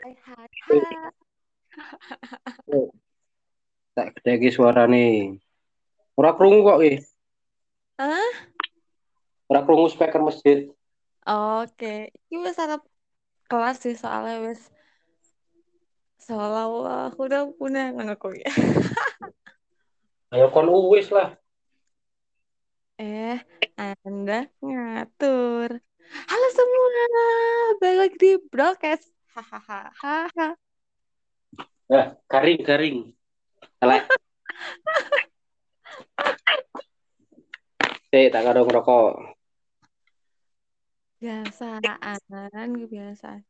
Hai, hai, hai. Tak gede iki suarane. Ora krungu kok iki. Hah? Ora krungu speaker masjid. Oke, ini wis harap kelas sih soalnya wis seolah-olah aku udah punya ngono ya. Ayo kon uwis lah. Eh, Anda ngatur. Halo semua, balik lagi di broadcast. Hahaha. Ya, garing garing. Elek. Tak karo ngerokok. Kebiasaan, kebiasaan.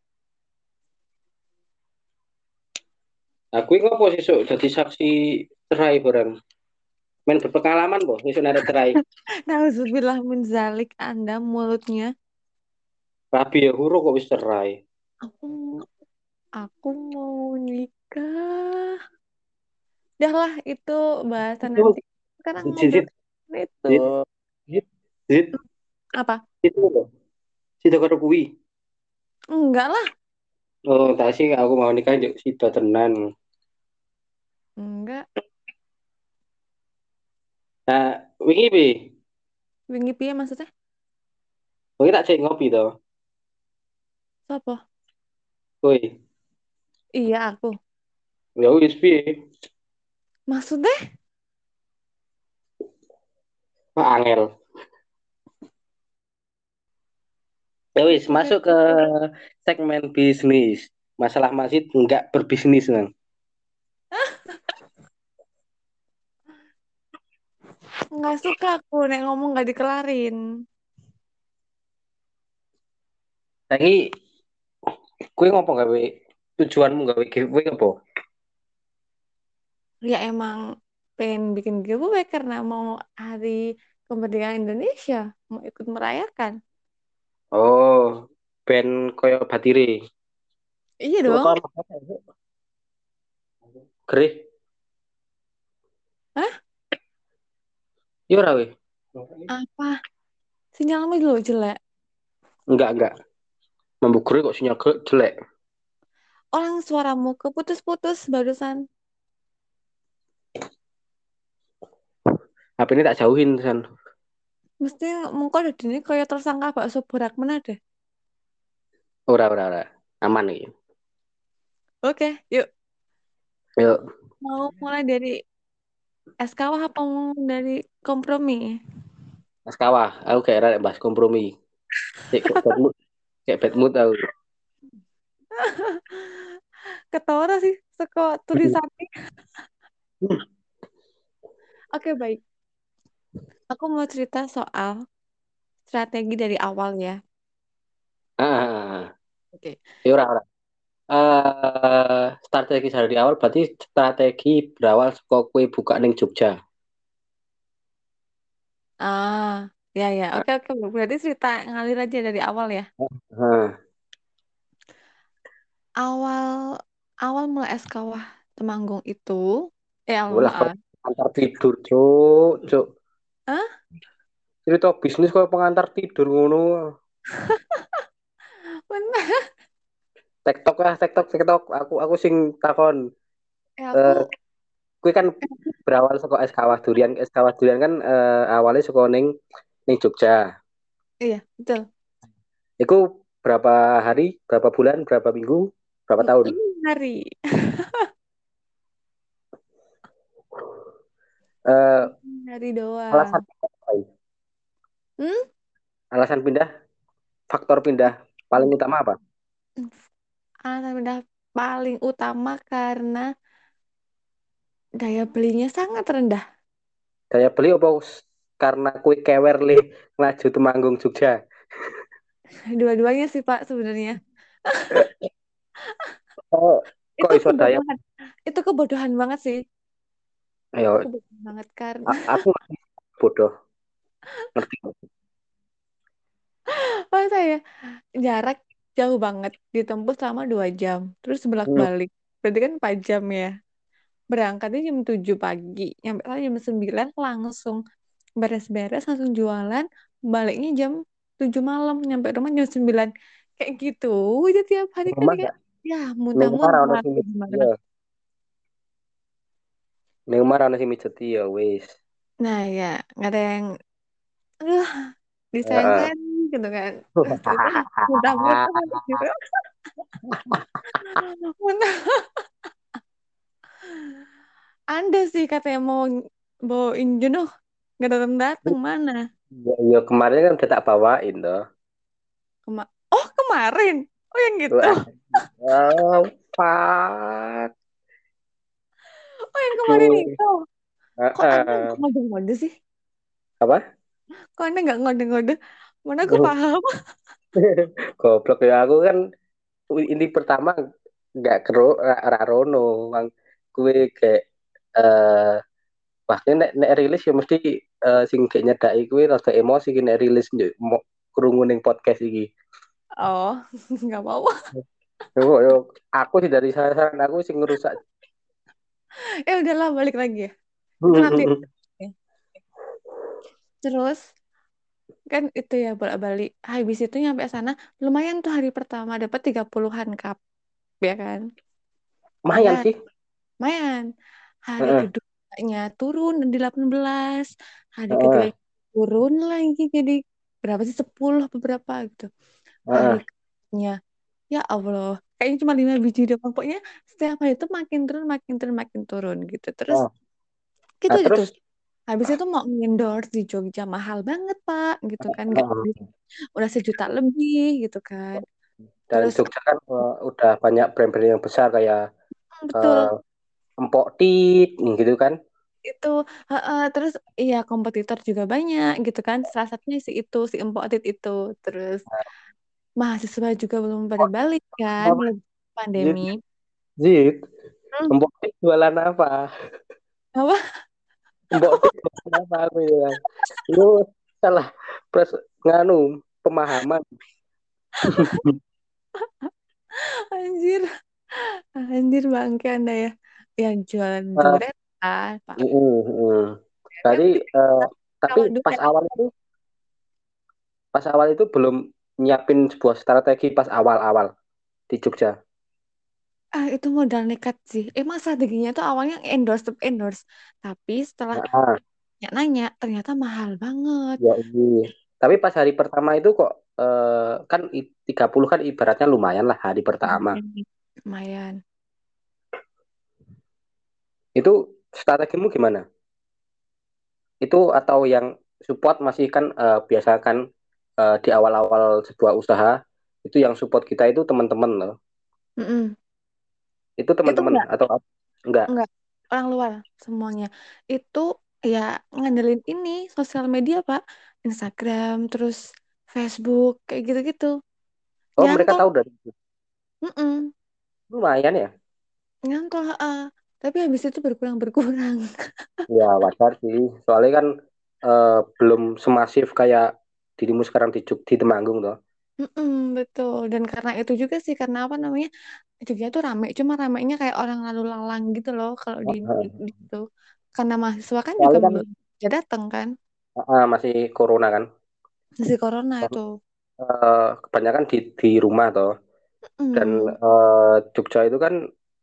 Aku iki ngopo sesuk dadi saksi cerai bareng. Men berpengalaman boh sesuk narek cerai. Nauzubillah min zalik Anda mulutnya. Rabi ya huru kok wis cerai. Aku aku mau nikah. Udah lah itu bahasa Itu nanti. Sekarang sit ngobrol sit itu sit sit sit apa? itu loh. Sido karo kuwi. Enggak lah, Oh, tak sih aku mau nikah njuk sido tenan. enggak. Nah, wingi pi. Wingi piye maksudnya? Wingi tak cek ngopi to. Sopo? Woi, Iya aku. ya wis piye? Maksudnya? Wah, angel. Ya wis, Oke. masuk ke segmen bisnis. Masalah masjid nggak berbisnis, Nang. Nggak suka aku nek ngomong nggak dikelarin. Lagi, kue ngopo gawe tujuanmu gawe giveaway apa? Ya emang pengen bikin giveaway karena mau hari kemerdekaan Indonesia, mau ikut merayakan. Oh, band koyo Batire. Iya Cuk, dong. kon gerih. Hah? Yo ora we. Apa? Sinyalnya dulu jelek. Enggak. Mambu gerih kok sinyal jelek. Orang suaramu keputus-putus barusan. HP ini tak jauhin, San. Mesti mengko ada dini kayak tersangka bakso borak mana deh. Ora. Aman iki. Oke, yuk. Yuk, Mau mulai dari SKW apa mau dari kompromi? Mas Kawah, aku kayak rada bahas kompromi. Kayak bad mood, kayak bad mood aku. Ketawa sih, seko tulisannya. Oke, baik. Aku mau cerita soal strategi dari awal ya. Ah, Oke. ya ora. Strategi dari awal berarti strategi berawal saka kue buka ning Jogja. Ah, ya ya. Oke. Berarti cerita ngalir aja dari awal ya. Heeh. Awal awal mulai SKW Temanggung itu, Ulah maaf. pengantar tidur, cuk. Hah? Cerita bisnis kok pengantar tidur ngono. Benar. TikTok. Aku sing takon. Eh, Aku, kue kan berawal saka es kawah durian. Es kawah durian kan awalnya saka ning ning Jogja. iya, betul. Iku berapa hari, berapa bulan, berapa minggu, berapa tahun? 6 hari. Eh, 6 hari doang. alasan apa? Hmm? Alasan pindah, faktor pindah paling utama apa? Alasan udah paling utama karena daya belinya sangat rendah. Daya beli apa karena kue kewer li ngelaju Temanggung Jogja? Dua-duanya sih Pak sebenarnya. Oh, kok Itu iso daya? kebodohan. Itu kebodohan banget sih. Ayo, Kebodohan banget karena aku ngerti bodoh, ngerti. oh saya jarak jauh banget ditempuh selama 2 jam. Terus Hmm, bolak-balik. Berarti kan 4 jam ya. Berangkatnya jam 7 pagi. Nyampe sana jam 9 langsung beres-beres langsung jualan. Baliknya jam 7 malam. Nyampe rumah jam 9. Kayak gitu. Jadi tiap hari kan rumah kayak nggak? Ya, Ning omah ra ono muntah-muntah sing tuh mijet gimana. ya. Ning omah ra ono sing mijet ya wis. Nah ya, nggak ada yang, aduh, Heeh. disayang-sayang gitu kan. Terus muntah-muntah gitu. Muntah. Anda sih katanya mau bawain jenuh, nggak datang-datang mana? Ya, ya kemarin kan udah tak bawain toh. Oh kemarin, oh yang gitu, Wah, oh, fuck. oh yang kemarin Tuh. itu. Kok Anda nggak Heeh. ngode-ngode sih? Apa? Kok Anda nggak ngode-ngode? Mana aku paham. Goblok ya aku kan ini pertama nggak rarono mang kue kayak eh bahkan nek rilis ya mesti sing kayak nyedaki kue rada emosi ki nek rilis mau krungu ning podcast iki. Oh, nggak mau. Yo, aku sih dari saran aku sing ngerusak. Udahlah balik lagi ya. Kenapa ya? Terus kan itu ya bolak-balik. Habis itu nyampe sana lumayan tuh hari pertama dapat 30-an cup ya kan. Lumayan Lumayan, sih. lumayan. Hari Heeh, keduanya turun di 18. Hari heeh, ketiga turun lagi jadi berapa sih 10 beberapa gitu. Hari heeh. ketiganya ya Allah, kayaknya cuma 5 biji doang. Pokoknya setiap hari itu makin turun, makin turun, makin turun gitu. Terus Heeh. gitu Nah, gitu. terus Habis itu mau endorse di Jogja mahal banget Pak, gitu kan. Nggak, heeh. udah 1 juta lebih gitu kan. Dan Terus Jogja kan udah banyak brand-brand yang besar kayak betul eh, Empok Tit gitu kan. itu terus iya kompetitor juga banyak gitu kan. Salah satunya si itu si Empok Tit itu. Terus mahasiswa juga belum pada balik kan, Apa? lagi Zit, pandemi. Zit. Hmm, Empok Tit jualan apa? apa? Mbok Tit jualan apa aku bilang. Lu salah pres nganu pemahaman. Anjir, anjir bangke Anda ya. Yang jualan Eh, duret kan, Pak. Kan Tadi eh, tapi kawan duret. pas awal itu belum nyiapin sebuah strategi pas awal-awal di Jogja. Itu modal nekat sih. Emang strateginya tuh awalnya endorse endorse, tapi setelah Nah, nanya ternyata mahal banget. ya ini. Tapi pas hari pertama itu kok kan 30 kan ibaratnya lumayan lah hari pertama. Lumayan nih, lumayan. Itu strategimu gimana? Itu atau yang support masih kan biasa kan di awal-awal sebuah usaha itu yang support kita itu teman-teman loh. Mm-mm. Itu Itu teman-teman atau enggak? enggak orang luar semuanya. Itu ya ngandelin ini sosial media Pak, Instagram terus Facebook kayak gitu-gitu. Oh, mereka Nyantol, tahu dari itu. mm Lumayan ya. nyantol. Tapi habis itu berkurang. Ya wajar sih. Soalnya kan belum semasif kayak dirimu sekarang di Temanggung toh. Betul. Dan karena itu juga sih, karena apa namanya, Jogja tuh rame. Cuma ramenya kayak orang lalu lalang gitu loh kalau di situ. Karena mahasiswa kan juga Soalnya kan belum bisa datang kan. masih corona kan. Masih corona itu. Kebanyakan di rumah toh. Dan Mm, Jogja itu kan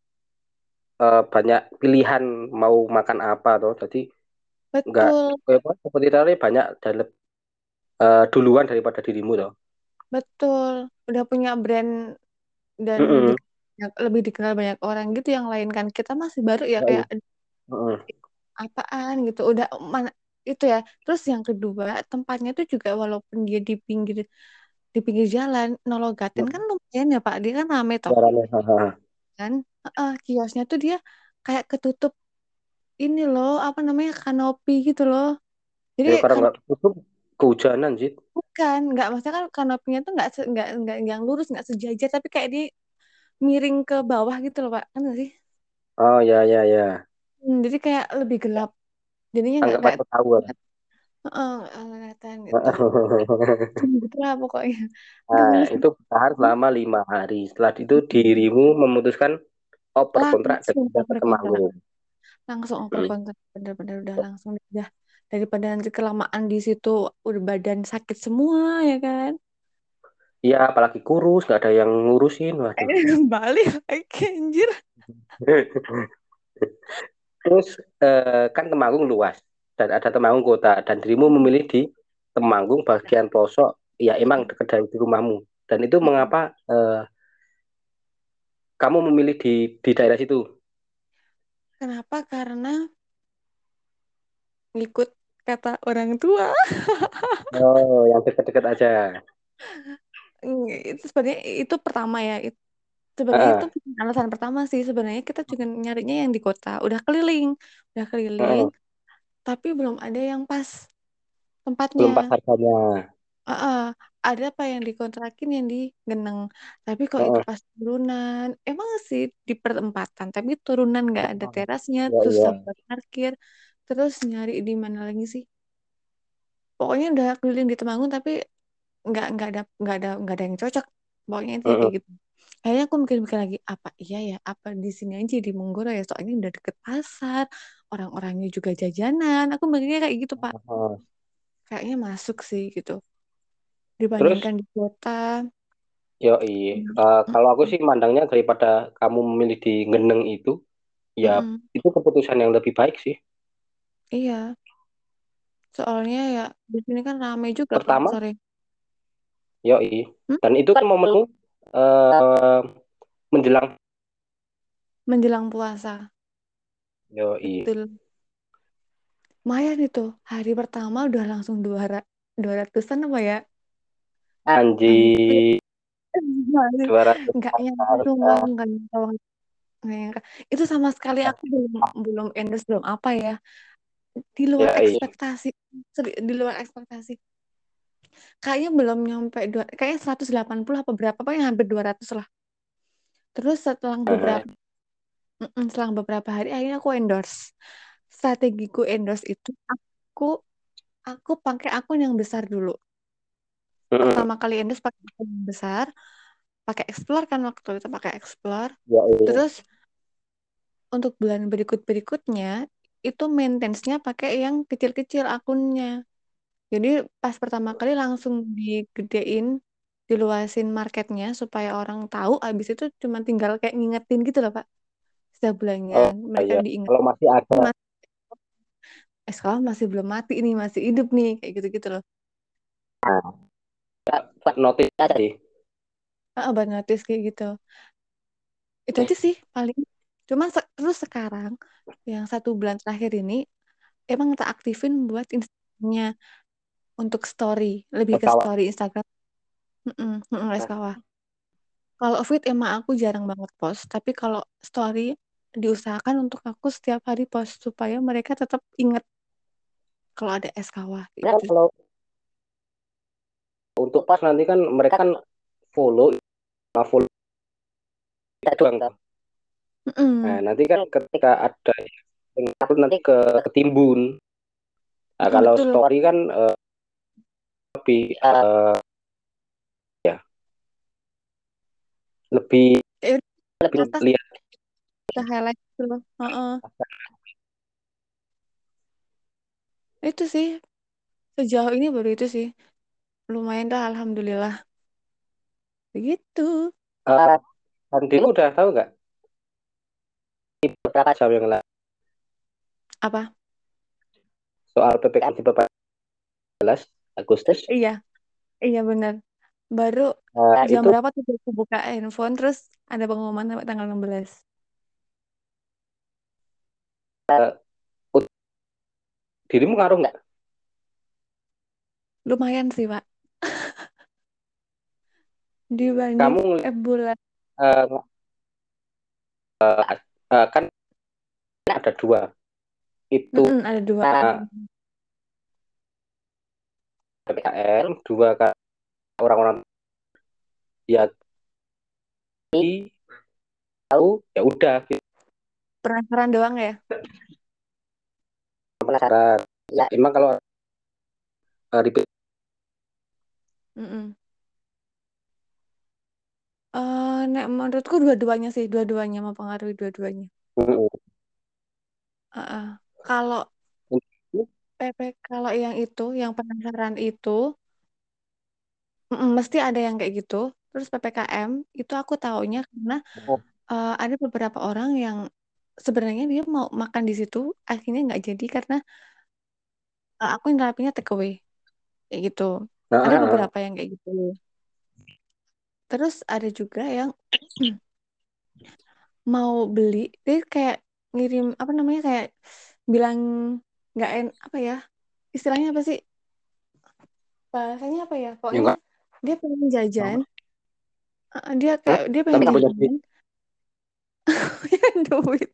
banyak pilihan mau makan apa toh. Jadi nggak betul, apa seperti tadi banyak dan duluan daripada dirimu toh. betul. Udah punya brand dan Mm-mm. lebih dikenal banyak orang gitu yang lain kan. Kita masih baru ya Ya, kayak iya. Mm-mm. apaan gitu. Udah mana itu ya. Terus yang kedua, tempatnya tuh juga walaupun dia di pinggir jalan, Nologaten kan lumayan ya Pak. Dia kan rame toh. Caranya, haha. Kan kiosnya tuh dia kayak ketutup ini loh apa namanya kanopi gitu loh, jadi Ya karena kan nggak tutup kehujanan sih. bukan nggak maksudnya kan kanopinya tuh nggak yang lurus nggak sejajar tapi kayak dia miring ke bawah gitu loh Pak, kan nggak sih. Oh ya ya ya. Jadi kayak lebih gelap jadinya Anggap nggak aja tower. nggak kelihatan gitu. Gitu lah pokoknya, udah Nah, males itu bertahan banget. selama 5 hari. Setelah itu dirimu memutuskan oper kontrak dan Langsung pindah ke oper kontrak, Temanggung. langsung oper Hmm. kontrak, bener-bener udah langsung udah daripada nanti kelamaan di situ udah badan sakit semua ya kan. Iya, apalagi kurus, nggak ada yang ngurusin, waduh. Kayaknya Bali lagi anjir. Terus kan Temanggung luas dan ada Temanggung kota dan dirimu memilih di Temanggung bagian pelosok, ya emang Mm-mm. dekat dari rumahmu. Dan itu Mm-mm. mengapa kamu memilih di daerah situ? Kenapa? Karena ngikut kata orang tua. Oh, yang dekat-dekat aja. Itu sebenarnya itu pertama ya. Sebenarnya itu Heeh, bukan alasan pertama sih. Sebenarnya kita juga nyarinya yang di kota. Udah keliling, heeh. tapi belum ada yang pas tempatnya. Belum pas harganya. Heeh, ada apa yang dikontrakin yang di Geneng. Tapi kalau itu Heeh. pas turunan, emang sih di perempatan. Tapi turunan nggak ada terasnya, Ya, susah iya. buat parkir. Terus nyari di mana lagi sih? Pokoknya udah keliling di Temanggung, tapi nggak ada yang cocok. Pokoknya intinya Heeh. kayak gitu. Akhirnya aku mikir-mikir lagi, apa iya ya? Apa di sini aja di Monggoro ya? Soalnya udah deket pasar, orang-orangnya juga jajanan. Aku mikirnya kayak gitu, Pak. Heeh. Kayaknya masuk sih gitu. Terus, Dibandingkan di kota. yo iya. Kalau aku sih mandangnya daripada kamu memilih di Geneng itu, ya Mm-mm. itu keputusan yang lebih baik sih. Iya, soalnya ya di sini kan ramai juga Kak Pertama, sore. yo iya. Hmm? Dan itu kan momenmu eh, menjelang, Menjelang puasa, yo iya. betul. Lumayan itu, hari pertama udah langsung 200-an apa ya? Hampir. Anjir, 200 Nggak nyangka sumpah, harga. nggak nyangka. Itu sama sekali aku belum belum endorse, belum apa ya. Di luar Ya iya. ekspektasi, di luar ekspektasi. Kayaknya belum nyampe kayaknya 180 apa berapa, pokoknya hampir 200 lah. Terus Aha. setelah beberapa hari akhirnya aku endorse. Strategiku endorse itu aku pakai akun yang besar dulu. Mm-mm. Pertama kali endorse pakai akun yang besar, pakai Explore kan waktu itu pakai Explore. Ya iya. Terus untuk bulan berikutnya itu maintenance-nya pakai yang kecil-kecil akunnya. Jadi pas pertama kali langsung digedein, diluasin marketnya supaya orang tahu. Abis itu cuma tinggal kayak ngingetin gitu loh Pak. Setiap bulannya Oh mereka iya. diingat. Kalau masih ada, Mas, sekolah masih belum mati nih, masih hidup nih, kayak gitu-gitu loh. buat notis aja sih. Buat notice kayak gitu. Itu aja sih paling. Cuma terus sekarang yang 1 bulan terakhir ini emang tak aktifin buat Instagramnya untuk story, lebih ke Kawan. story Instagram. SKW. Kalau feed emang aku jarang banget post, tapi kalau story diusahakan untuk aku setiap hari post supaya mereka tetap ingat kalau ada SKW Kan gitu. kalau untuk pas nanti kan mereka kan follow, follow kita doang kan. Nah, Mm-mm. nanti kan ketika ada yang upload nanti ketimbun. Nah, Mm-mm, kalau betul. story kan lebih ya lebih Ya udah, lebih atas lihat. kita highlight dulu. Itu sih sejauh ini baru itu sih. Lumayan dah, alhamdulillah. Begitu. Uh, dan dirimu udah tahu nggak beberapa jam yang lalu Apa? soal PPKM di 14 Agustus? Iya, iya benar. Baru jam Itu berapa tuh aku buka handphone terus ada pengumuman sampai tanggal 16. uh, dirimu ngaruh nggak? Lumayan sih, Pak. Dibanding Kamu bulan. uh, kan ada dua itu Ada dua. PPKM, dua kan orang-orang ya tahu ya udah gitu. Penasaran doang ya? Penasaran ya emang kalau ribet. Mm-mm. Nek menurutku dua-duanya sih, dua-duanya mempengaruhi dua-duanya. Uh-uh. Kalau kalau yang itu, yang penasaran itu, Mesti ada yang kayak gitu. Terus PPKM itu aku taunya karena Oh, ada beberapa orang yang sebenarnya dia mau makan di situ, akhirnya nggak jadi karena aku nerapinnya take away kayak gitu. Ada heeh. beberapa yang kayak gitu. Terus ada juga yang mau beli, dia kayak ngirim apa namanya kayak bilang nggak apa ya istilahnya apa sih bahasanya apa ya Ya pokoknya enggak. dia pengen jajan, Oh. dia Hah? kayak dia Tapi pengen nggak punya duit. jajan punya duit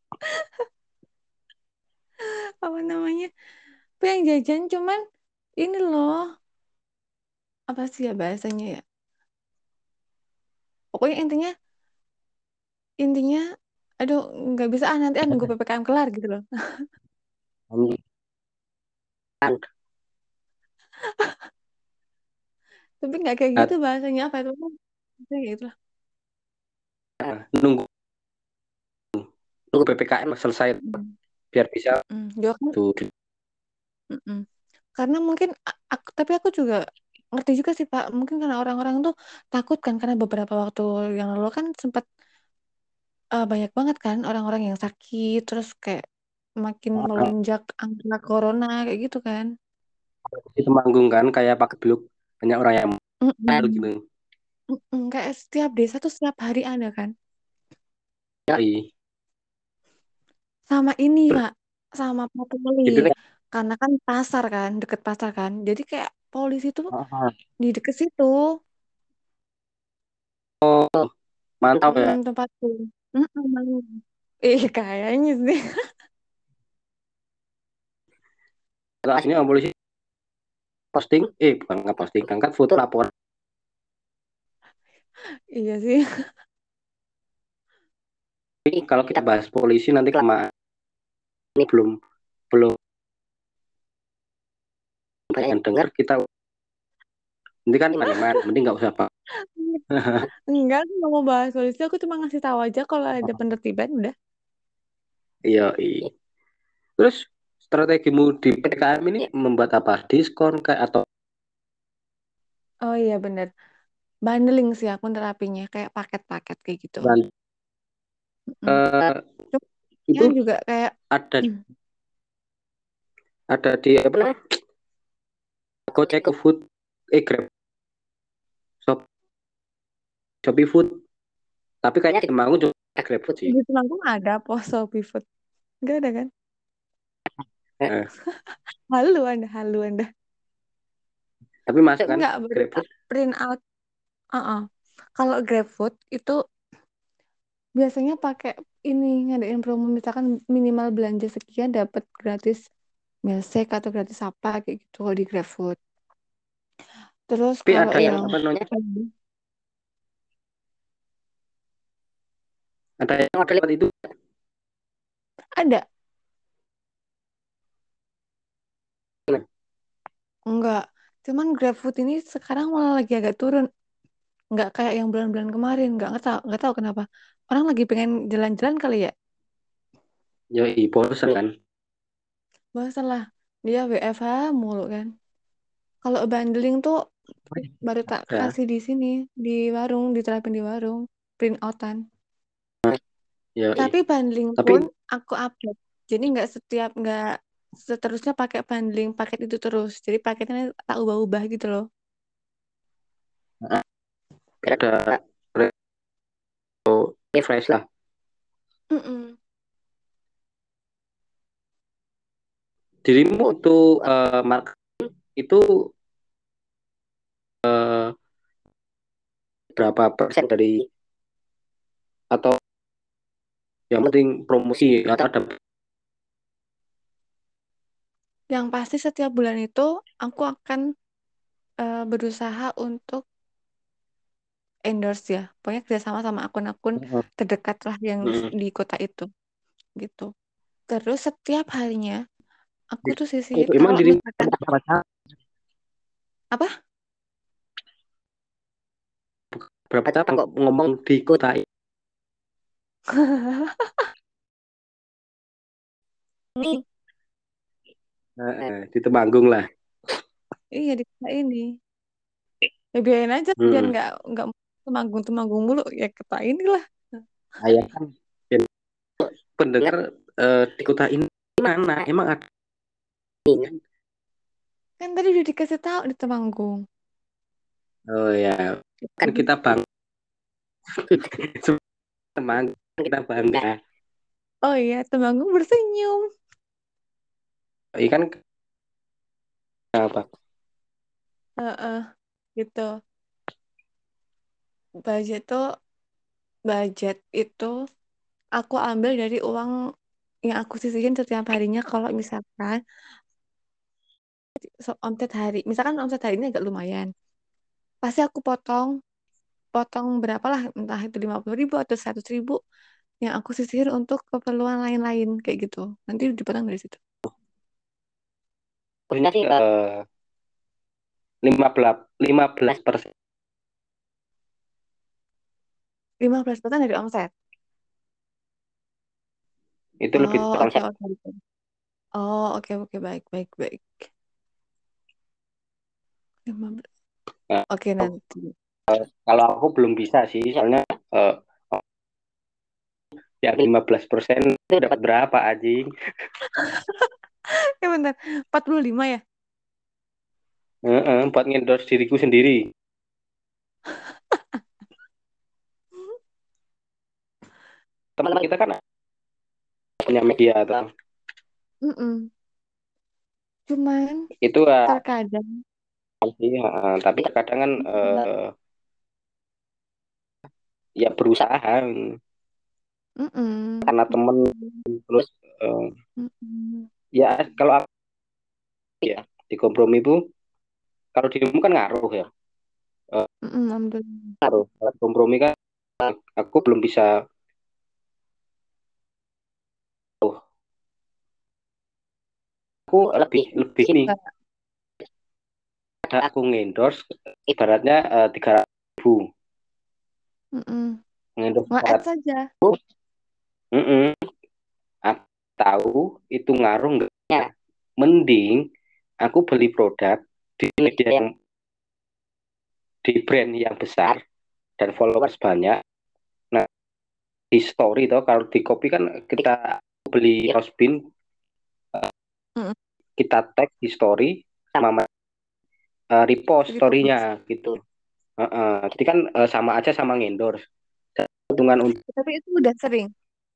apa namanya pengen jajan cuman ini loh apa sih ya bahasanya ya pokoknya intinya intinya aduh nggak bisa nanti nunggu PPKM kelar gitu loh tapi nggak kayak Nah, gitu bahasanya apa itu kayak gitu lah. nunggu nunggu PPKM selesai Mm, biar bisa Dia kan tuh. mm-mm. Karena mungkin tapi aku juga ngerti juga sih Pak mungkin karena orang-orang tuh takut kan karena beberapa waktu yang lalu kan sempat banyak banget kan orang-orang yang sakit terus kayak makin melonjak angka corona kayak gitu kan. Di Temanggung kan kayak Pakai Beluk banyak orang yang malu gitu. Mm-mm. Kayak setiap desa tuh setiap hari ada kan. Ya, iya. Sama ini Pak, sama patroli. Itu kan Karena kan pasar kan, deket pasar kan. Jadi kayak polisi tuh di deket situ. oh, mantap ya. Tempatku. Kayaknya sih. Kalau aslinya sama polisi posting, bukan nggak posting, angkat foto laporan. Iya sih. Ini kalau kita bahas polisi nanti kelamaan. Ini belum belum banyak yang dengar kita. Nanti kan Maneman, mending nggak usah pak. Enggak, aku nggak mau bahas polisi. Aku cuma ngasih tahu aja kalau ada penertiban udah. Iya, iya. Terus strategimu di PKM ini membuat apa? Diskon kayak atau Oh iya bener. Bundling sih aku nerapinya kayak paket-paket kayak gitu. ban- Mm-mm. eh, Cuma ya itu juga kayak ada di apa namanya? Gojek Food, Grab, Shop, Shopee Food. Tapi kayaknya di Temanggung juga ada Grab Food sih. di Temanggung ada poso pivot. Enggak ada kan? Eh, Halu Anda. tapi masuk kan Enggak, baru Grab tak Food. print out. Uh-uh. Kalau GrabFood itu biasanya pakai ini ngadain promo misalkan minimal belanja sekian dapat gratis milkshake atau gratis apa kayak gitu kalau di GrabFood. Terus Tapi kalau ada yang yang apa namanya? hmm, Ada yang order lewat itu. ada enggak. Cuman GrabFood ini sekarang malah lagi agak turun. Enggak kayak yang bulan-bulan kemarin. Enggak tahu kenapa. Orang lagi pengen jalan-jalan kali ya. Ya, bosan kan. Bosan lah. Dia WFH mulu kan. Kalau bundling tuh baru tak Ya, kasih di sini di warung diterapin di warung print outan. ya, Tapi bundling tapi pun aku update. Jadi nggak seterusnya pakai bundling paket itu terus. Jadi paketnya tak ubah-ubah gitu loh. ada refresh lah. Mm-mm. Dirimu itu market itu eh, berapa persen dari atau yang penting promosi atau ada Yang pasti setiap bulan itu aku akan berusaha untuk endorse ya. Pokoknya kerjasama sama akun-akun terdekat lah yang di kota itu gitu. Terus setiap harinya aku tuh sisihin emang kalau dirimu misalkan apa? berapa tahun kok ngomong di kota Ini di Temanggung lah. iya di kota ini. Ya biarin aja biar Hmm. nggak temanggung mulu ya kata inilah. Ayah kan dan pendengar di kota ini mana emang ada kan? Kan tadi udah dikasih tahu di Temanggung. Oh ya, kan kita bangga teman kita bangga. Oh iya, Temanggung bersenyum. Ikan apa? Heeh, gitu. Budget tuh budget itu aku ambil dari uang yang aku sisihin setiap harinya kalau misalkan omset hari, misalkan omset hari ini agak lumayan, pasti aku potong potong berapa lah, entah itu 50.000 atau 100.000 yang aku sisihin untuk keperluan lain-lain kayak gitu. Nanti dipotong dari situ. Maksudnya sih 15% 15% dari omset. itu lebih Oh, oke konsep. oke oke. Oh, oke oke baik baik baik. 15. Nah, Oke nanti. kalau aku belum bisa sih, soalnya eh, yang 15% itu dapat berapa anjing? Bentar. 45 ya? Buat ngendorse diriku sendiri. Teman-teman kita kan punya media atau Mm-mm. Cuman itu terkadang sih, tapi terkadang kan ya berusaha mm-mm. karena temen terus eh, Mm-mm. ya kalau aku ya di kompromi itu kalau dirimu kan ngaruh ya. Mm-mm, alhamdulillah. Ngaruh. Kalau kompromi kan aku belum bisa. Oh, aku lebih lebih nih ada aku ngendorse ibaratnya 300.000 Mm-mm. ngendorse Nge-add 400. saja. Aku tahu itu ngaruh nggak? Mending aku beli produk di media yang di brand yang besar dan followers banyak. Nah, di story toh kalau di copy kan kita beli Rospin, Mm-mm. kita tag di story sama repost Jadi story-nya post. gitu. Jadi kan sama aja sama endorse. Keuntungan untuk Tapi itu udah sering.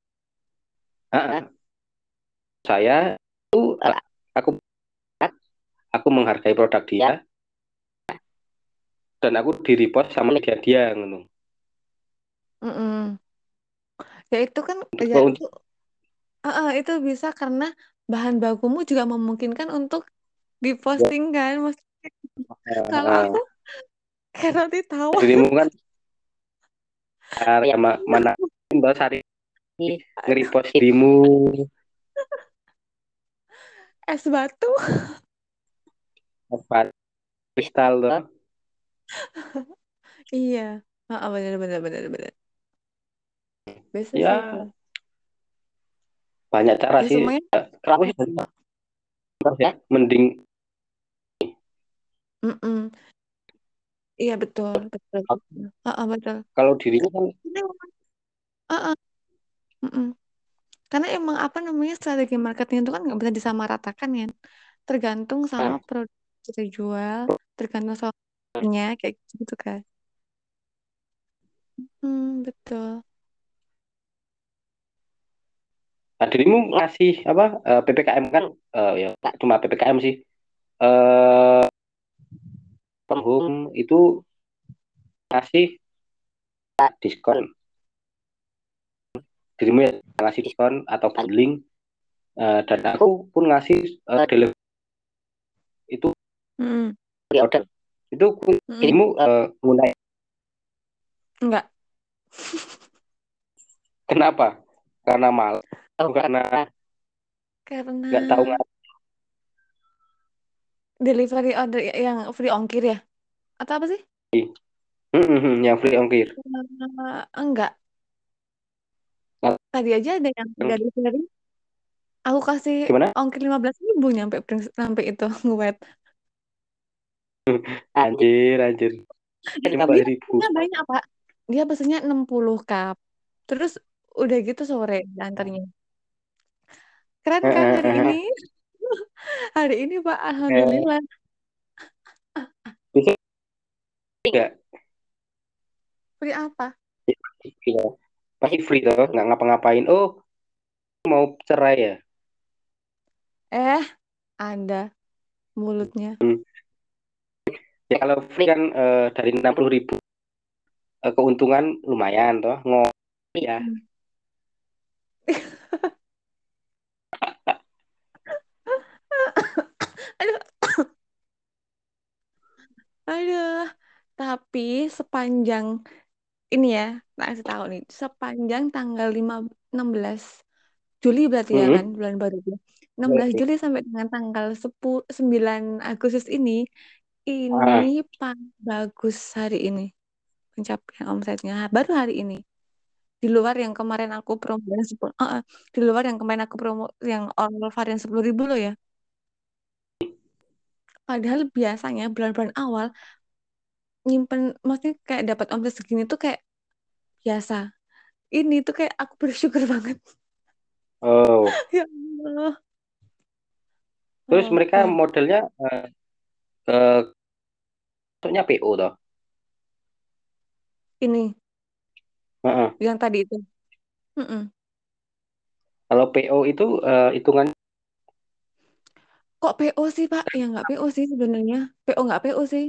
saya itu aku aku menghargai produk dia dan aku di repost sama media dia gitu. Mm-mm. Ya itu kan ya Untuk itu bisa karena bahan bakumu juga memungkinkan untuk diposting kan. Maksudnya kalau aku kayak nanti tahu dirimu kan sama mana Mbak Sari aduh nge-repost dirimu es batu. apa kristal tuh. Iya. Benar benar benar benar. Biasa sih itu. Ya banyak cara Ya sih. semuanya. Kalau aku sih ya mending Mm-mm. Iya betul betul betul. Betul. kalau dirimu kan Karena emang, uh-uh, mm-mm. Karena emang apa namanya strategi marketing itu kan nggak bisa disamaratakan ya. Tergantung sama produk yang kita jual, tergantung sama nya kayak gitu kan. Betul. dirimu ngasih apa PPKM kan ya tak cuma PPKM sih eh from home itu ngasih diskon dirimu ya ngasih diskon atau bundling dan aku pun ngasih delivery itu Mm-mm. order itu Mm-mm. dirimu mulai Enggak. kenapa karena malas karena Karena nggak tahu ngasih. delivery order yang free ongkir ya? Atau apa sih? Yang free ongkir. Enggak. Nah, Tadi aja ada yang delivery. Aku kasih gimana ongkir 15.000 nyampe nyampe itu nge. anjir anjir Dia 15.000. pesennya banyak, Pak. Dia pesennya 60 cup. Terus udah gitu sore diantarnya. Keren kan hari ini? Hari ini, Pak, Eh, alhamdulillah. bisa nggak? Free apa? Iya. Pasti free toh, nggak ngapa-ngapain. Oh, mau cerai ya? Eh, Anda mulutnya. Hmm. Ya kalau free kan dari 60.000 keuntungan lumayan toh. Ngopi ya. Hmm. Aduh, aduh. Tapi sepanjang ini ya, tak kasih tahu nih, sepanjang tanggal 16 Juli berarti ya kan, Mm-mm. bulan baru itu. 16 Juli sampai dengan tanggal 9 Agustus ini Ah, paling bagus hari ini pencapaian omsetnya baru hari ini. Di luar yang kemarin aku promo yang 10, di luar yang kemarin aku promo yang all varian 10.000 loh ya. Padahal biasanya bulan-bulan awal nyimpen, maksudnya kayak dapat omset segini tuh kayak biasa. Ini tuh kayak aku bersyukur banget. oh. Ya Allah. Terus mereka Oke. modelnya eh, maksudnya PO toh. Ini Heeh. yang tadi itu. Mm-mm. Kalau PO itu hitungan Kok PO sih, Pak? Ya nggak PO sih sebenarnya. PO nggak PO sih.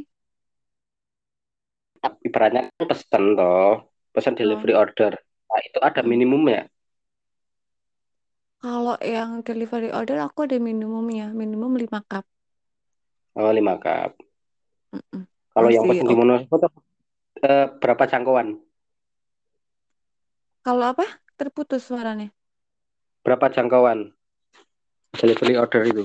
ibaratnya kan pesen toh, pesan Oh. delivery order. Nah, itu ada Mm. minimumnya. Kalau yang delivery order aku ada minimumnya, minimum 5 cup. Oh, 5 cup. Mm-mm. Kalau yang Masih pesen di oke. Monosopo tuh, berapa jangkauan? Kalau apa? Terputus suaranya. Berapa jangkauan delivery order itu?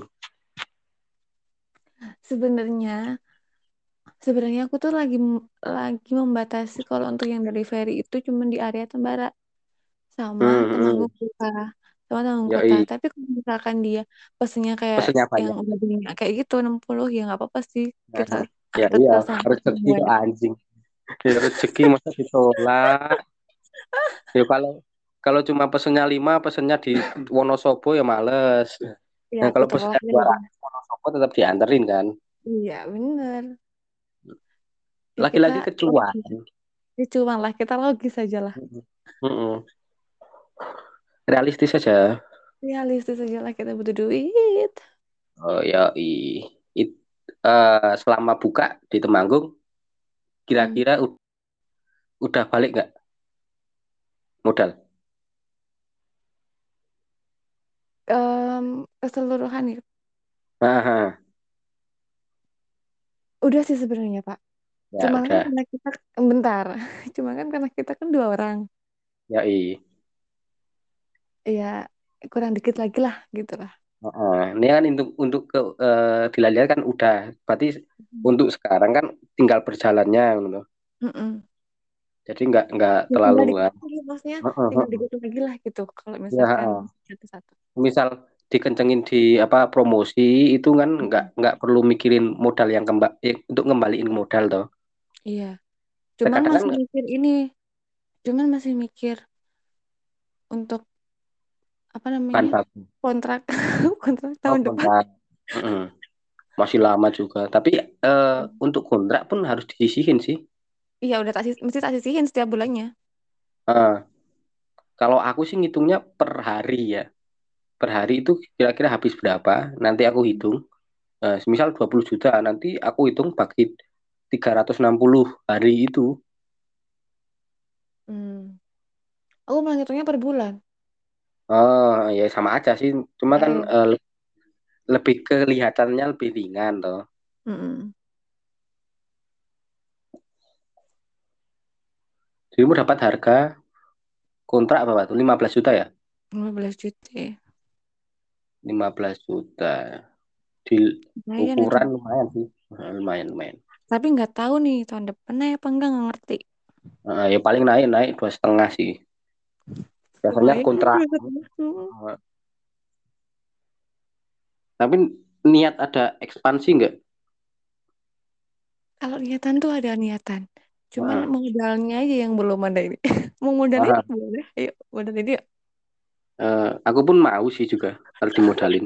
Sebenarnya, sebenarnya aku tuh lagi membatasi kalau untuk yang delivery itu cuma di area Tembara sama Hmm. Temanggung Kota, sama Temanggung Kota. Yoi. Tapi kalau misalkan dia pesennya kayak Pesennya yang banyak. udah banyak kayak gitu 60 ya nggak apa-apa sih. Kita Nah, ya antar iya, ke sana rezeki semua. itu anjing. Ya, rezeki masa ditolak. Ya kalau kalau cuma pesennya 5, pesennya di Wonosobo ya males. Ya Nah, aku kalau tolak pesennya deh udah. 200 Wonosobo tetap dianterin kan. Iya bener. Ya kita Lagi-lagi kecuan. logis. Ya cuma lah kita logis aja lah. Mm-mm. Realistis saja. Realistis aja lah kita butuh duit. Oh ya, selama buka di Temanggung, Hmm. kira-kira udah balik nggak modal? Keseluruhan ya. Nah, Udah sih sebenarnya Pak. ya Cuman kan udah. karena kita bentar. Cuman kan karena kita kan 2 orang. Ya Ya kurang dikit lagi lah gitu lah. Ini kan untuk dilihat kan udah. Berarti Hmm. untuk sekarang kan tinggal berjalannya, gitu. Mm-mm. Jadi nggak Ya terlalu tinggal dikit kan. lagi maksudnya. Heeh, Tinggal heeh. dikit lagi lah gitu. Kalau Ya, misalkan heeh. satu-satu. Misal dikencengin di apa promosi itu kan Mm-mm. nggak perlu mikirin modal yang untuk ngembaliin modal toh. Iya. Cuman Terkadang kan masih mikir ini. Cuman masih mikir untuk apa bahan namanya baku. kontrak kontrak Oh, tahun depan. kontrak. Heeh. Masih lama juga. Tapi untuk kontrak pun harus disisihin sih. Iya udah mesti tak sisihin setiap bulannya. Eh, Kalau aku sih ngitungnya per hari ya. Per hari itu kira-kira habis berapa? Nanti aku hitung. Misal 20 juta, nanti aku hitung bagi 360 hari itu. Hmm. Aku malah ngitungnya per bulan. Oh, ya sama aja sih. Cuma kan Eh, lebih kelihatannya lebih ringan toh. mm-mm. Dirimu dapat harga kontrak berapa tuh? 15 juta ya? 15 juta. 15 juta. Di Lumayan itu. ukuran lumayan sih. Lumayan, lumayan. Tapi nggak tahu nih tahun depan naik apa enggak nggak ngerti. Ya paling naik naik 2,5 sih. Biasanya Lumayan kontrak. juga. Hmm. eh, tapi niat ada ekspansi nggak? Kalau niatan tuh ada niatan. Cuman Heeh. modalnya aja yang belum ada ini. Mau modalin Heeh. boleh, ayo modalin yuk. Aku pun mau sih juga kalau dimodalin.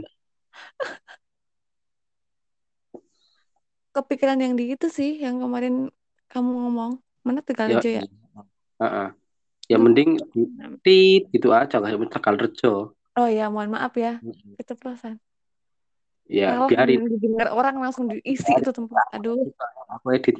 Kepikiran yang di itu sih, yang kemarin kamu ngomong. Mana Ya, Tegalrejo ya? iya. Heeh. Ya Lupa. mending tit gitu aja kayak Tegal Rejo. Oh ya, mohon maaf ya. Keceplosan. Ya Salah biarin. didengar orang langsung diisi itu tempat. Aduh, Aku edit.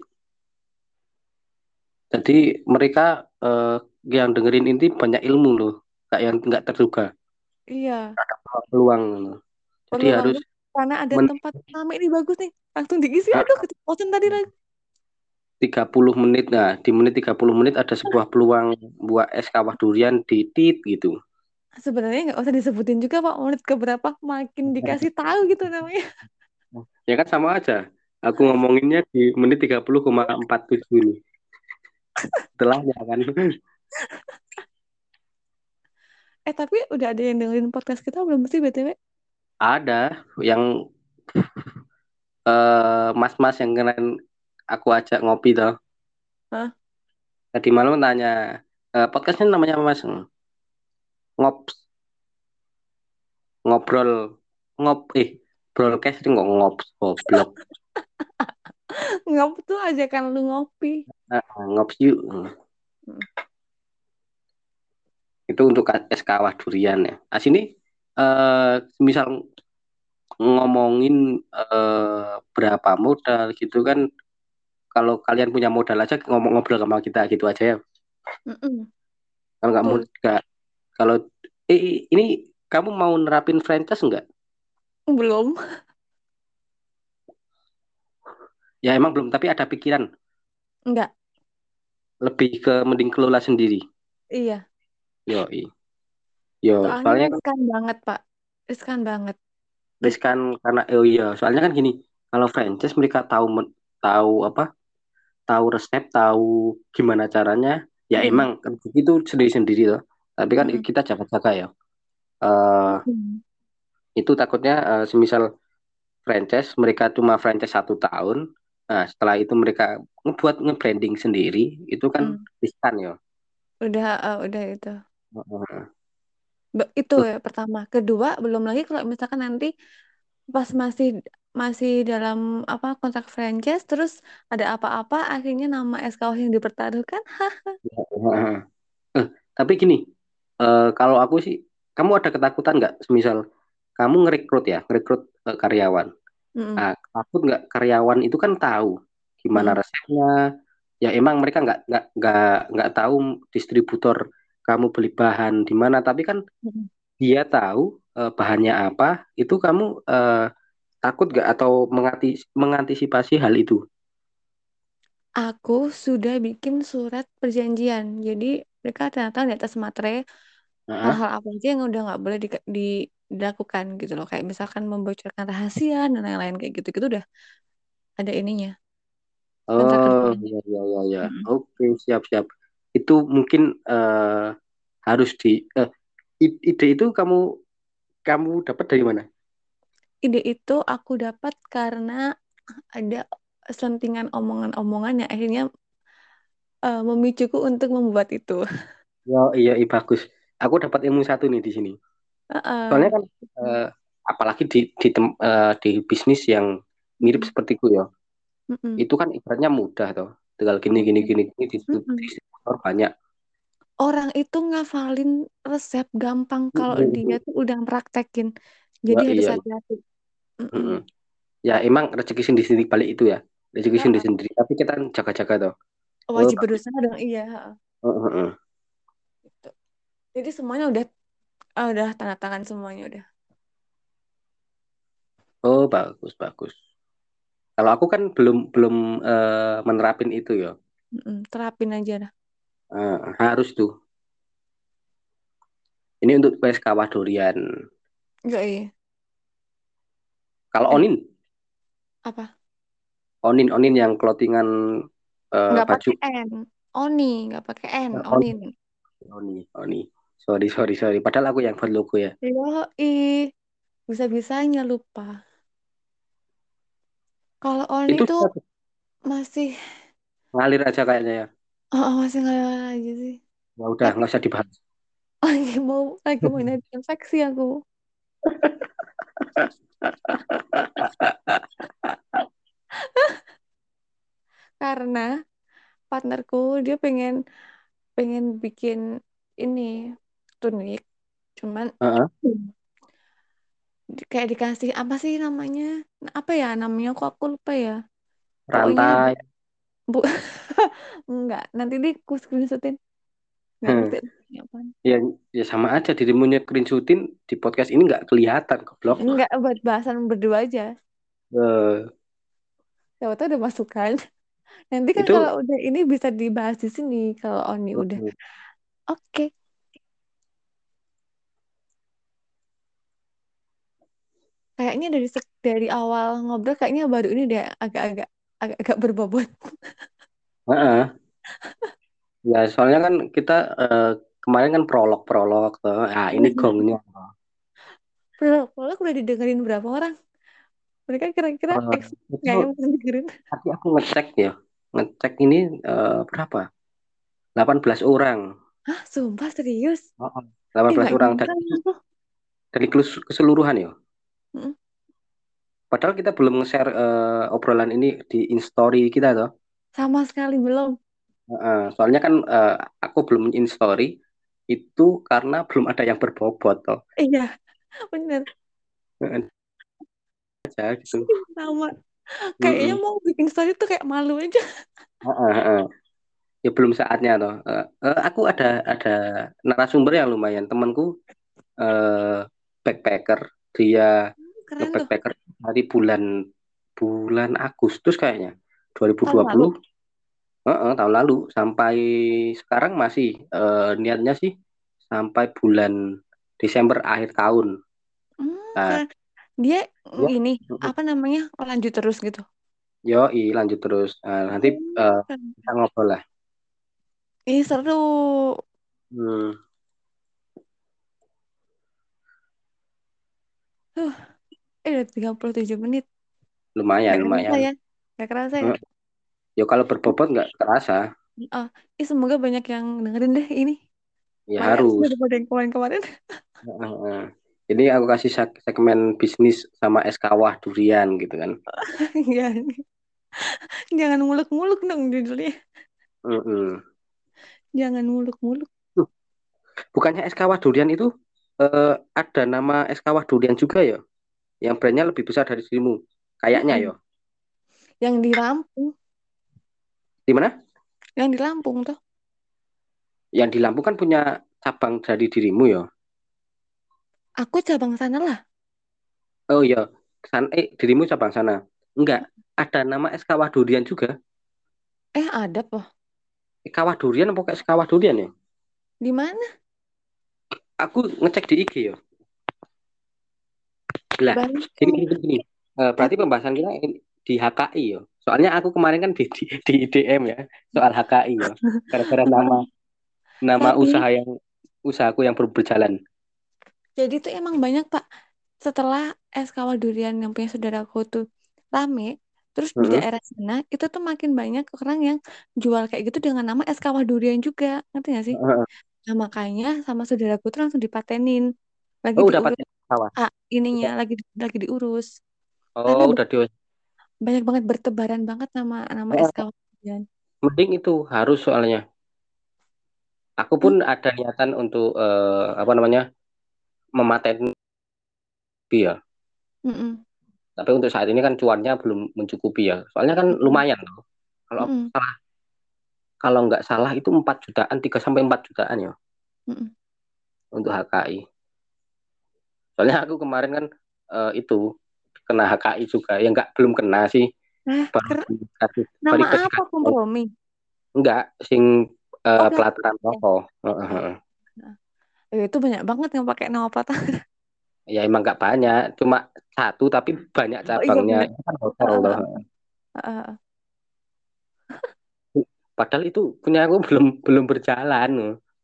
Jadi mereka yang dengerin ini banyak ilmu loh, kayak yang nggak terduga, iya. peluang loh. Jadi Peluang harus banget. Karena ada men tempat rame ini bagus nih. Langsung diisi. eh, Aduh, keceplosan tadi lagi. 30 menit. Nah, di menit 30 menit ada sebuah peluang buat es kawah durian di tit gitu. Sebenarnya nggak usah disebutin juga Pak. Menit keberapa makin dikasih tahu gitu namanya. Ya kan sama aja. Aku ngomonginnya di menit 30,47 ini. Setelahnya kan Tapi udah ada yang dengerin podcast kita belum sih BTW? ada yang mas-mas yang keren aku ajak ngopi tuh. Hah? Tadi malam tanya, podcastnya namanya apa, Mas? Ngops, ngobrol, broadcasting kok ngops, goblok. Ngap tuh ajakan lu ngopi. Ngops yuk. Hmm. Itu untuk es kawah durian ya. Nah, sini misal ngomongin berapa modal gitu kan, kalau kalian punya modal aja ngomong ngobrol sama kita gitu aja ya. Mm-mm. Kalau nggak Betul. nggak kalau ini kamu mau nerapin franchise nggak? Belum. Ya emang belum, tapi ada pikiran Enggak. lebih ke mending kelola sendiri. Iya. Yo, yo, Soalnya soalnya kan riskan banget, Pak. Riskan banget. riskan karena oh iya, soalnya kan gini, kalau franchise mereka tahu tahu apa? Tahu resep, tahu gimana caranya. Ya Mm-mm. emang kan itu sendiri-sendiri loh. Tapi kan Mm-mm. kita jaga-jaga ya. Eh Mm-mm. itu takutnya semisal franchise mereka cuma franchise 1 tahun. Nah, setelah itu mereka ngebuat nge-branding sendiri, itu kan Mm. riskan ya. Udah itu. Heeh. Itu ya pertama. Kedua, belum lagi kalau misalkan nanti pas masih masih dalam apa kontrak franchise terus ada apa-apa akhirnya nama SKU yang dipertaruhkan. Hah, Heeh. Eh, tapi gini, kalau aku sih, kamu ada ketakutan nggak? Semisal kamu ngerekrut ya, ngerekrut karyawan. mm-mm, Nah, takut nggak karyawan itu kan tahu gimana mm-mm, resepnya. Ya emang mereka nggak tahu distributor kamu beli bahan di mana. Tapi kan mm-mm. dia tahu bahannya apa. Itu kamu takut nggak atau mengantisipasi hal itu? Aku sudah bikin surat perjanjian. Jadi mereka ternyata di atas materai Heeh. hal-hal apa aja yang udah nggak boleh dilakukan gitu loh. Kayak misalkan membocorkan rahasia dan lain-lain kayak gitu-gitu udah ada ininya. Kontrak Oh, kerjanya. ya, ya, ya, ya. Mm-mm. Oke, siap, siap. Itu mungkin harus ide itu kamu kamu dapat dari mana? Ide itu aku dapat karena ada sentingan omongan-omongan yang akhirnya memicuku untuk membuat itu. Ya, iya, iya, bagus. Aku dapat ilmu satu nih di sini. Soalnya Heeh. kan apalagi di bisnis yang mirip Mm-mm. sepertiku ya, Mm-mm. itu kan ibaratnya mudah toh. Tinggal gini gini Mudah. gini gini Mm-mm. distributor banyak. Orang itu ngafalin resep gampang kalau dia Mm-mm. tuh udah praktekin. Jadi Ya harus iya. hati-hati. Mm-mm. Mm-mm. Ya emang rezeki sendiri balik itu ya. Rezeki Heeh. sendiri. Tapi kita kan jaga-jaga toh. Oh, Wajib bagus. berusaha dong, iya. Heeh. Heeh, heeh. Gitu. Jadi semuanya udah tanda tangan semuanya udah. Oh, bagus, bagus. Kalau aku kan belum belum menerapin itu ya. Mm-mm. Terapin aja dah. Harus tuh. Ini untuk PS Kawah Durian. Enggak iya. Kalau Eh, Onin, apa? Onin yang clothingan Nggak baju. pakai N. Oni, nggak pakai N. On, Onin. Oni. Sorry, sorry, sorry. Padahal aku yang buat logo ya. Yoi. Bisa-bisanya lupa. Kalau Oni Itu tuh masih ngalir aja kayaknya ya. Oh, oh, masih ngalir aja sih. Ya udah Tapi nggak usah dibahas. lagi mau naik infeksi aku. Karena partnerku dia pengen pengen bikin ini tunik. Cuman Heeh. kayak dikasih apa sih namanya? Nah, apa ya namanya kok aku lupa ya. Pokoknya Rantai. bu enggak, nanti di ku screenshotin. Nggak ngerti namanya apaan. Ya, ya sama aja dirimu screenshotin di podcast ini nggak kelihatan goblok. Enggak buat bahasan berdua aja. Eh, Siapa tahu udah masukan. Nanti kan kalau itu udah ini bisa dibahas di sini kalau Oni udah. Oke, kayaknya dari awal ngobrol kayaknya baru ini deh agak-agak berbobot. heeh. Ya soalnya kan kita kemarin kan prolog tuh. Ah ini gongnya. Prolog udah didengerin berapa orang? Mereka kira-kira Eh, expert itu nggak yang pernah dengerin? tadi aku ngecek ya, ngecek ini berapa? 18 orang. Hah, sumpah serius? Oh, 18 Nggak orang nyangka dari, aku. dari keseluruhan ya. Mm, Padahal kita belum nge-share obrolan ini di Instory kita toh. sama sekali belum. Soalnya kan aku belum in-story itu karena belum ada yang berbobot toh. Iya, bener. Aja gitu. Sama. Kayaknya Mm-mm. mau bikin story tuh kayak malu aja. Heeh, heeh. Ya belum saatnya toh. Aku ada narasumber yang lumayan. Temanku backpacker, dia Keren tuh. nge-backpacker dari bulan bulan Agustus kayaknya Tahun lalu. 2020. Tahun lalu sampai sekarang masih niatnya sih sampai bulan Desember akhir tahun. Nah, Keren. Dia ya, ini apa namanya? Oh, lanjut terus gitu. yoi lanjut terus. Nanti Keren. kita ngobrol lah. Ih, seru. Hmm, Huh, udah 37 menit. lumayan, Nggak kerasa lumayan. ya? Nggak kerasa ya? Hmm, Ya kalau berbobot nggak terasa, Oh, semoga banyak yang dengerin deh ini. ya Banyak sih harus. daripada yang kemarin-kemarin. Heeh. Jadi aku kasih segmen bisnis sama es kawah durian gitu kan. Ya, jangan muluk-muluk dong judulnya. Mm-mm. Jangan muluk-muluk. Bukannya es kawah durian itu ada nama es kawah durian juga ya? Yang brandnya lebih besar dari dirimu. Kayaknya ya. Mm-mm. Yang di Lampung. Di mana? Yang di Lampung tuh. Yang di Lampung kan punya cabang dari dirimu ya. Aku cabang sana lah. Oh iya, dirimu cabang sana. Enggak, ada nama es kawah durian juga. Ada poh. Es kawah durian apa kayak es kawah durian ya? Di mana? Aku ngecek di IG ya. Lah, Banyak gini, yang gini, gini. Berarti apa? pembahasan kita di HKI ya. Soalnya aku kemarin kan di DM ya soal HKI ya. Gara-gara nama Tapi, usahaku yang berjalan. jadi tuh emang banyak, Pak. Setelah es kawah durian yang punya saudaraku tuh rame, terus di Mm-mm. daerah sana itu tuh makin banyak orang yang jual kayak gitu dengan nama es kawah durian juga. Ngerti gak sih? Heeh. Nah, makanya sama saudaraku tuh langsung dipatenin. Lagi Oh, dapat diurus. sawah. Ininya Udah. lagi diurus. Karena Oh, udah di. banyak banget bertebaran banget nama nama es Heeh. kawah durian. Mending itu harus soalnya. Aku Hmm, pun ada niatan untuk apa namanya mematen ya. mm-mm, Tapi untuk saat ini kan cuannya belum mencukupi ya. Soalnya kan mm-mm, lumayan loh. Kalau mm-mm, salah, kalau nggak salah itu 4 jutaan, 3 sampai 4 jutaan ya mm-mm. untuk HKI. Soalnya aku kemarin kan itu kena HKI juga. Ya nggak belum kena sih, Nah, nama apa dikasih tahu. kompromi? Enggak, sing Oh, plat. pelataran Ya. toko. Oh, nah. Itu banyak banget yang pakai nama patah. Ya emang nggak banyak, cuma satu tapi banyak Oh iya cabangnya. bener. Itu kan hotel loh. Heeh, heeh. Padahal itu punya aku belum belum berjalan.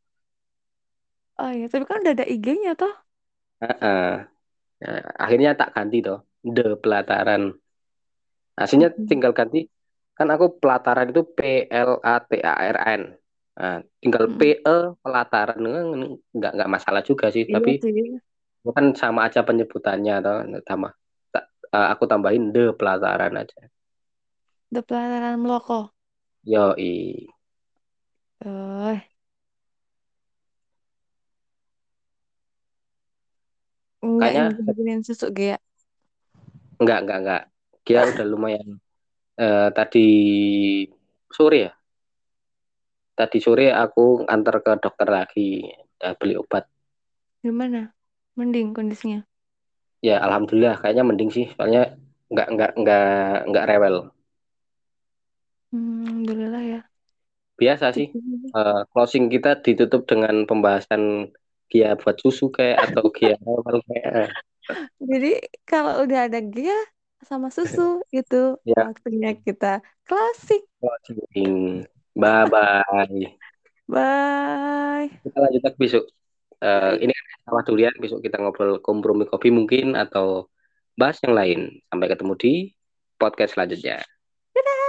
Oh iya, tapi kan udah ada IG-nya toh. Heeh. Ya, akhirnya tak ganti toh, The Pelataran. Aslinya Mm-mm. tinggal ganti kan aku pelataran itu PLATARN. Nah, tinggal Mm. PE pelataran nggak masalah juga sih, Iya tapi sih. itu kan sama aja penyebutannya atau sama aku tambahin de pelataran aja. The pelataran Meloko. Yoi. Eh, enggak yang Kayaknya bikinin susu Gea. enggak. Dia udah lumayan tadi sore ya. Tadi sore aku antar ke dokter lagi, beli obat. Gimana? Mending kondisinya. Ya alhamdulillah kayaknya mending sih, soalnya nggak rewel. Alhamdulillah ya. Biasa sih. Gitu. Closing kita ditutup dengan pembahasan Gia buat susu kayak atau Gia rewel kayak. Jadi kalau udah ada Gia sama susu itu Ya waktunya kita klasik. closing. Bye bye. Bye. Kita lanjut lagi besok. Yoi. Ini kan sama durian, besok kita ngobrol kompromi kopi mungkin atau bahas yang lain. Sampai ketemu di podcast selanjutnya.